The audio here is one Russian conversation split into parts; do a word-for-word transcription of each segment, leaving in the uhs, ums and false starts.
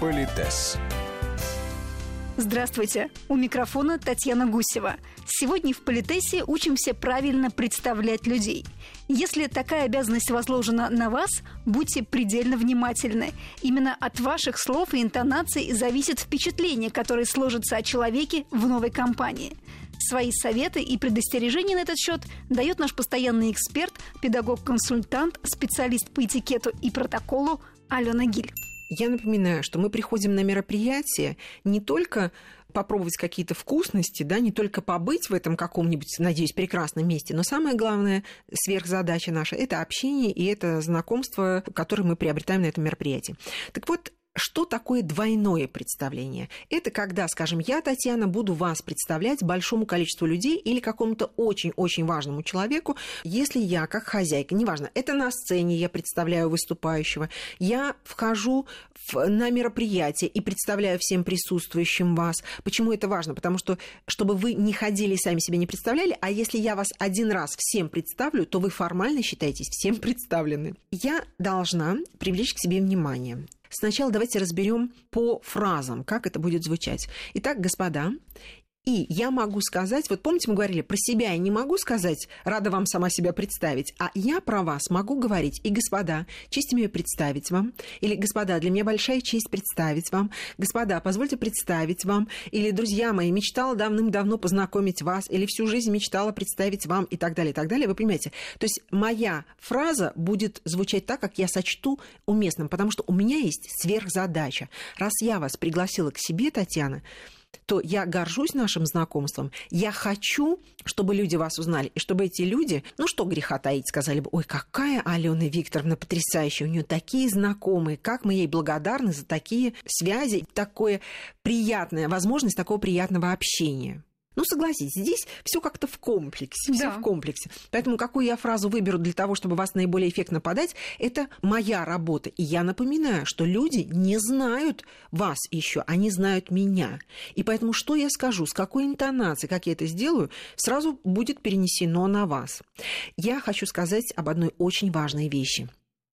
Политес. Здравствуйте! У микрофона Татьяна Гусева. Сегодня в Политесе учимся правильно представлять людей. Если такая обязанность возложена на вас, будьте предельно внимательны. Именно от ваших слов и интонаций зависит впечатление, которое сложится о человеке в новой компании. Свои советы и предостережения на этот счет дает наш постоянный эксперт, педагог-консультант, специалист по этикету и протоколу Алена Гиль. Я напоминаю, что мы приходим на мероприятие не только попробовать какие-то вкусности, да, не только побыть в этом каком-нибудь, надеюсь, прекрасном месте, но самое главное, сверхзадача наша – это общение и это знакомство, которое мы приобретаем на этом мероприятии. Так вот, что такое двойное представление? Это когда, скажем, я, Татьяна, буду вас представлять большому количеству людей или какому-то очень-очень важному человеку, если я, как хозяйка, неважно, это на сцене я представляю выступающего, я вхожу в, на мероприятие и представляю всем присутствующим вас. Почему это важно? Потому что, чтобы вы не ходили и сами себя не представляли, а если я вас один раз всем представлю, то вы формально считаетесь всем представлены. Я должна привлечь к себе внимание. Сначала давайте разберем по фразам, как это будет звучать. Итак, господа, и я могу сказать, вот помните, мы говорили, про себя я не могу сказать, рада вам сама себя представить, а я про вас могу говорить, и господа, честь имею представить вам, или господа, для меня большая честь представить вам, господа, позвольте представить вам, или друзья мои, мечтала давным-давно познакомить вас, или всю жизнь мечтала представить вам, и так далее, и так далее, вы понимаете. То есть моя фраза будет звучать так, как я сочту уместным, потому что у меня есть сверхзадача. Раз я вас пригласила к себе, Татьяна, то я горжусь нашим знакомством. Я хочу, чтобы люди вас узнали, и чтобы эти люди, ну что греха таить, сказали бы, ой, какая Алена Викторовна потрясающая, у нее такие знакомые, как мы ей благодарны за такие связи, такое приятная возможность такого приятного общения. Ну, согласитесь, здесь все как-то в комплексе, все да. в комплексе. Поэтому какую я фразу выберу для того, чтобы вас наиболее эффектно подать, это моя работа. И я напоминаю, что люди не знают вас еще, они знают меня. И поэтому что я скажу, с какой интонацией, как я это сделаю, сразу будет перенесено на вас. Я хочу сказать об одной очень важной вещи.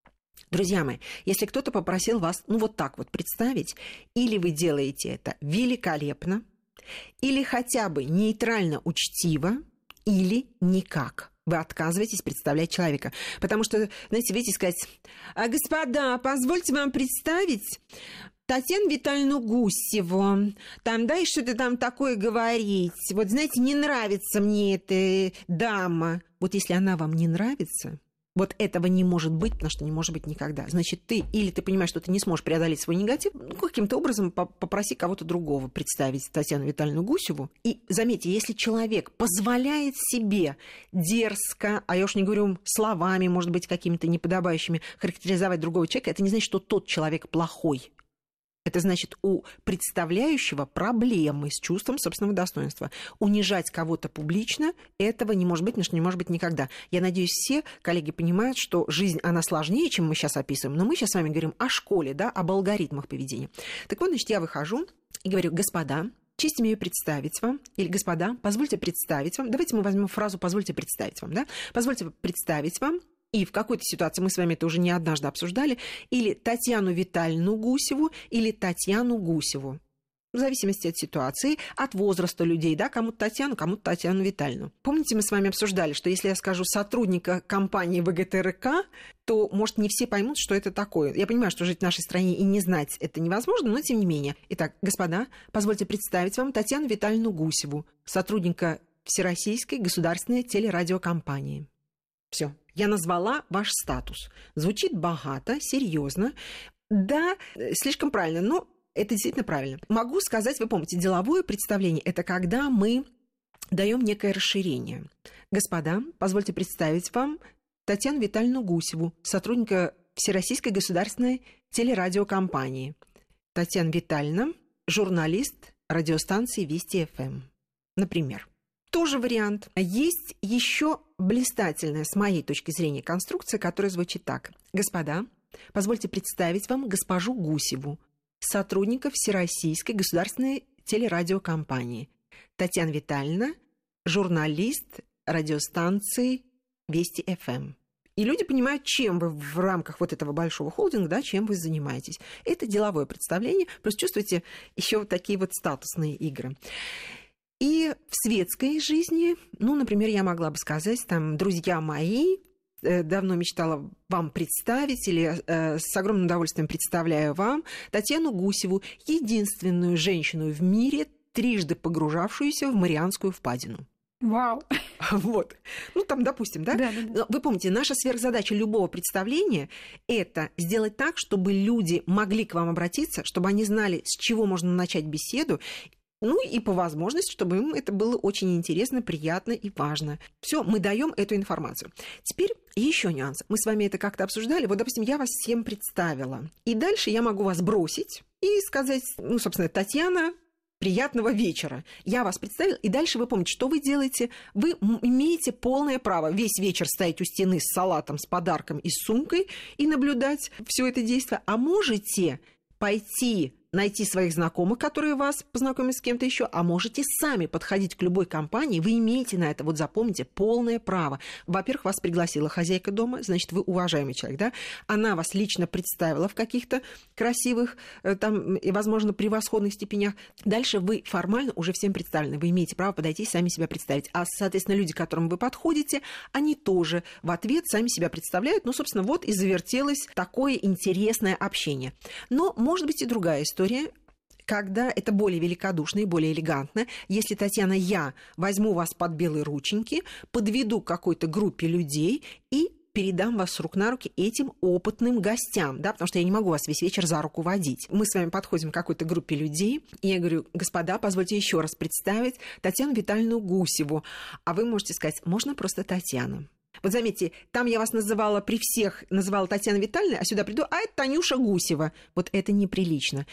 Друзья мои, если кто-то попросил вас, ну, вот так вот представить, или вы делаете это великолепно, или хотя бы нейтрально учтиво, или никак. Вы отказываетесь представлять человека. Потому что, знаете, видите, сказать, господа, позвольте вам представить Татьяну Витальевну Гусеву. Там, да, и что-то там такое говорить. Вот, знаете, не нравится мне эта дама. Вот если она вам не нравится... Вот этого не может быть, потому что не может быть никогда. Значит, ты или ты понимаешь, что ты не сможешь преодолеть свой негатив, ну, каким-то образом попроси кого-то другого представить Татьяну Витальевну Гусеву. И заметьте, если человек позволяет себе дерзко, а я уж не говорю словами, может быть, какими-то неподобающими, характеризовать другого человека, это не значит, что тот человек плохой. Это значит, у представляющего проблемы с чувством собственного достоинства. Унижать кого-то публично этого не может быть, потому что не может быть никогда. Я надеюсь, все коллеги понимают, что жизнь, она сложнее, чем мы сейчас описываем, но мы сейчас с вами говорим о школе, да, об алгоритмах поведения. Так вот, значит, я выхожу и говорю, господа, честь имею представить вам, или господа, позвольте представить вам, давайте мы возьмем фразу «позвольте представить вам», да, позвольте представить вам, и в какой-то ситуации мы с вами это уже не однажды обсуждали, или Татьяну Витальевну Гусеву, или Татьяну Гусеву. В зависимости от ситуации, от возраста людей, да, кому-то Татьяну, кому-то Татьяну Витальевну. Помните, мы с вами обсуждали, что если я скажу сотрудника компании ВГТРК, то, может, не все поймут, что это такое. Я понимаю, что жить в нашей стране и не знать это невозможно, но тем не менее. Итак, господа, позвольте представить вам Татьяну Витальевну Гусеву, сотрудника Всероссийской государственной телерадиокомпании. Все. Я назвала ваш статус. Звучит богато, серьезно. Да, слишком правильно, но это действительно правильно. Могу сказать, вы помните, деловое представление – это когда мы даем некое расширение. Господа, позвольте представить вам Татьяну Витальевну Гусеву, сотрудника Всероссийской государственной телерадиокомпании. Татьяна Витальевна, журналист радиостанции Вести ФМ, например. Тоже вариант. Есть еще блистательная, с моей точки зрения, конструкция, которая звучит так. Господа, позвольте представить вам госпожу Гусеву, сотрудника Всероссийской государственной телерадиокомпании. Татьяна Витальевна, журналист радиостанции Вести ФМ. И люди понимают, чем вы в рамках вот этого большого холдинга, да, чем вы занимаетесь. Это деловое представление, плюс чувствуете еще вот такие вот статусные игры. И в светской жизни, ну, например, я могла бы сказать, там, друзья мои, давно мечтала вам представить, или э, с огромным удовольствием представляю вам Татьяну Гусеву, единственную женщину в мире, трижды погружавшуюся в Марианскую впадину. Вау! Вот. Ну, там, допустим, да? Да, да, да. Вы помните, наша сверхзадача любого представления – это сделать так, чтобы люди могли к вам обратиться, чтобы они знали, с чего можно начать беседу, ну и по возможности, чтобы им это было очень интересно, приятно и важно. Все, мы даем эту информацию. Теперь еще нюанс. Мы с вами это как-то обсуждали. Вот, допустим, я вас всем представила. И дальше я могу вас бросить и сказать, ну, собственно, Татьяна, приятного вечера. Я вас представила, и дальше вы помните, что вы делаете. Вы имеете полное право весь вечер стоять у стены с салатом, с подарком и с сумкой и наблюдать все это действие. А можете пойти найти своих знакомых, которые вас познакомят с кем-то еще, а можете сами подходить к любой компании, вы имеете на это, вот запомните, полное право. Во-первых, вас пригласила хозяйка дома, значит, вы уважаемый человек, да? Она вас лично представила в каких-то красивых, там, и, возможно, превосходных степенях. Дальше вы формально уже всем представлены, вы имеете право подойти и сами себя представить. А, соответственно, люди, к которым вы подходите, они тоже в ответ сами себя представляют. Ну, собственно, вот и завертелось такое интересное общение. Но, может быть, и другая история. Когда это более великодушно и более элегантно, если, Татьяна, я возьму вас под белые рученьки, подведу к какой-то группе людей и передам вас с рук на руки этим опытным гостям, да, потому что я не могу вас весь вечер за руку водить. Мы с вами подходим к какой-то группе людей, и я говорю: господа, позвольте еще раз представить Татьяну Витальевну Гусеву, а вы можете сказать: можно просто Татьяна. Вот заметьте, там я вас называла при всех, называла Татьяна Витальевна, а сюда приду, а это Танюша Гусева. Вот это неприлично.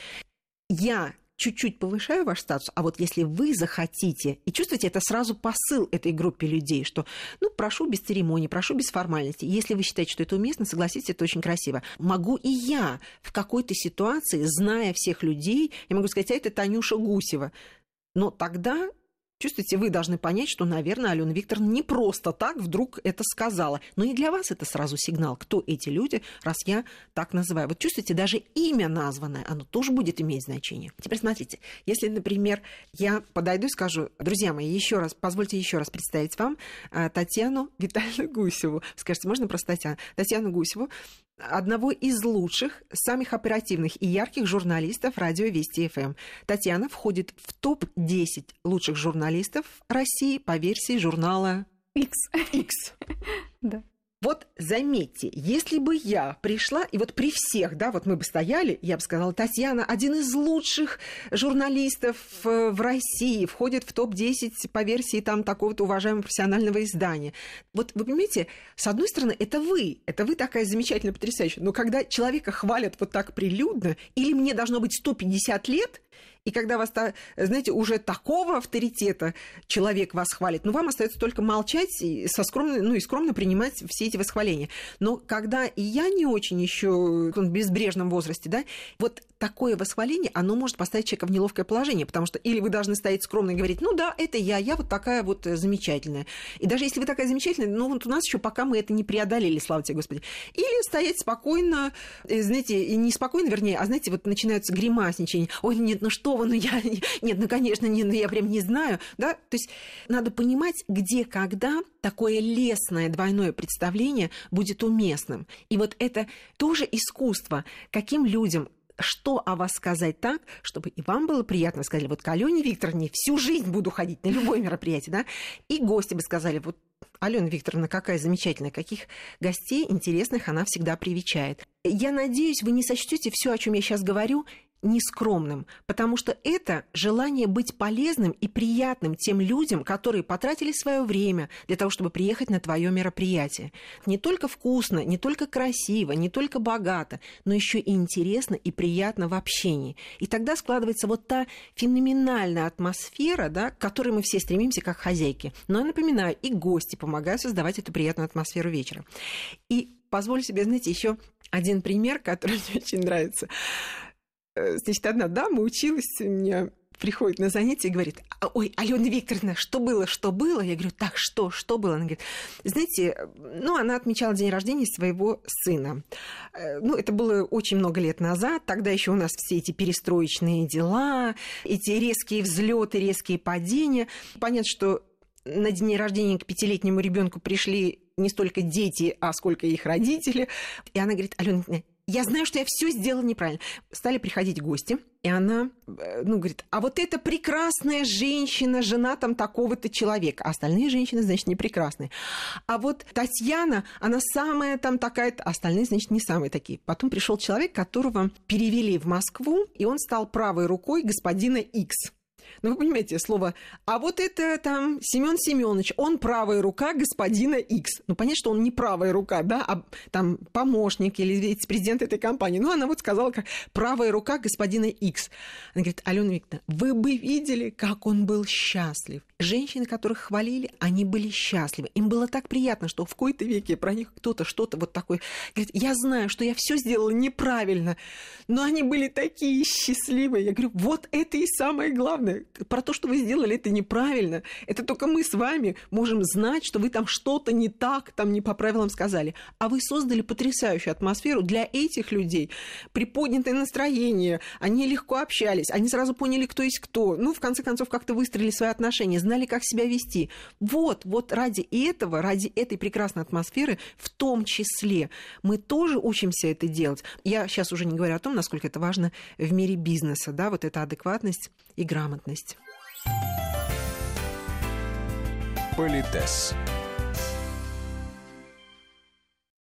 Я чуть-чуть повышаю ваш статус, а вот если вы захотите, и чувствуете, это сразу посыл этой группе людей, что, ну, прошу без церемоний, прошу без формальностей. Если вы считаете, что это уместно, согласитесь, это очень красиво. Могу и я в какой-то ситуации, зная всех людей, я могу сказать: а это Танюша Гусева. Но тогда... Чувствуете, вы должны понять, что, наверное, Алена Викторовна не просто так вдруг это сказала. Но и для вас это сразу сигнал, кто эти люди, раз я так называю. Вот чувствуете, даже имя названное, оно тоже будет иметь значение. Теперь смотрите, если, например, я подойду и скажу: друзья мои, еще раз, позвольте еще раз представить вам Татьяну Витальевну Гусеву. Скажите, можно просто Татьяна? Татьяну Гусеву, одного из лучших, самых оперативных и ярких журналистов радио Вести эф эм. Татьяна входит в топ десять лучших журналистов России по версии журнала X. X. Да. Вот заметьте, если бы я пришла, и вот при всех, да, вот мы бы стояли, я бы сказала: Татьяна, один из лучших журналистов в России, входит в топ десять по версии там такого-то уважаемого профессионального издания. Вот вы понимаете, с одной стороны, это вы, это вы такая замечательная, потрясающая, но когда человека хвалят вот так прилюдно, или мне должно быть сто пятьдесят лет, и когда вас, знаете, уже такого авторитета человек вас хвалит, ну, вам остается только молчать и, со скромно, ну, и скромно принимать все эти восхваления. Но когда и я не очень еще в безбрежном возрасте, да, вот такое восхваление, оно может поставить человека в неловкое положение, потому что или вы должны стоять скромно и говорить: ну да, это я, я вот такая вот замечательная. И даже если вы такая замечательная, ну вот у нас еще пока мы это не преодолели, слава тебе, Господи. Или стоять спокойно, знаете, и не спокойно, вернее, а знаете, вот начинаются гримасничания: ой, нет, ну что вы, ну я, нет, ну конечно, нет, ну я прям не знаю, да, то есть надо понимать, где, когда такое лестное двойное представление будет уместным. И вот это тоже искусство, каким людям, что о вас сказать так, чтобы и вам было приятно. Вы сказали: вот к Алене Викторовне всю жизнь буду ходить на любое мероприятие, да, и гости бы сказали: вот Алена Викторовна какая замечательная, каких гостей интересных она всегда привечает. Я надеюсь, вы не сочтете все, о чем я сейчас говорю, нескромным, потому что это желание быть полезным и приятным тем людям, которые потратили свое время для того, чтобы приехать на твое мероприятие. Не только вкусно, не только красиво, не только богато, но еще и интересно и приятно в общении. И тогда складывается вот та феноменальная атмосфера, да, к которой мы все стремимся как хозяйки. Но я напоминаю, и гости помогают создавать эту приятную атмосферу вечера. И позволю себе, знаете, еще один пример, который мне очень нравится. Значит, одна дама училась у меня приходит на занятие и говорит: ой, Алена Викторовна, что было, что было? Я говорю: так что, что было? Она говорит: знаете, ну, она отмечала день рождения своего сына. Ну, это было очень много лет назад, тогда еще у нас все эти перестроечные дела, эти резкие взлеты, резкие падения. Понятно, что на день рождения к пятилетнему ребенку пришли не столько дети, а сколько их родители. И она говорит: Алена Викторовна, я знаю, что я все сделала неправильно. Стали приходить гости, и она, ну, говорит: а вот эта прекрасная женщина, жена там такого-то человека. А остальные женщины, значит, не прекрасные. А вот Татьяна, она самая там такая-то, а остальные, значит, не самые такие. Потом пришел человек, которого перевели в Москву, и он стал правой рукой господина Икс. Ну, вы понимаете, слово «а вот это там Семён Семёныч, он правая рука господина Икс». Ну, понятно, что он не правая рука, да, а там помощник или вице-президент этой компании. Ну, она вот сказала, как правая рука господина Икс. Она говорит: Алена Викторовна, вы бы видели, как он был счастлив. Женщины, которых хвалили, они были счастливы. Им было так приятно, что в кои-то веке про них кто-то что-то вот такое говорит: я знаю, что я все сделала неправильно, но они были такие счастливые. Я говорю: вот это и самое главное. Про то, что вы сделали, это неправильно. Это только мы с вами можем знать, что вы там что-то не так, там не по правилам сказали. А вы создали потрясающую атмосферу для этих людей. Приподнятое настроение, они легко общались, они сразу поняли, кто есть кто. Ну, в конце концов, как-то выстроили свои отношения, знали, как себя вести. Вот, вот ради этого, ради этой прекрасной атмосферы, в том числе, мы тоже учимся это делать. Я сейчас уже не говорю о том, насколько это важно в мире бизнеса, да, вот эта адекватность и грамотность. Политес.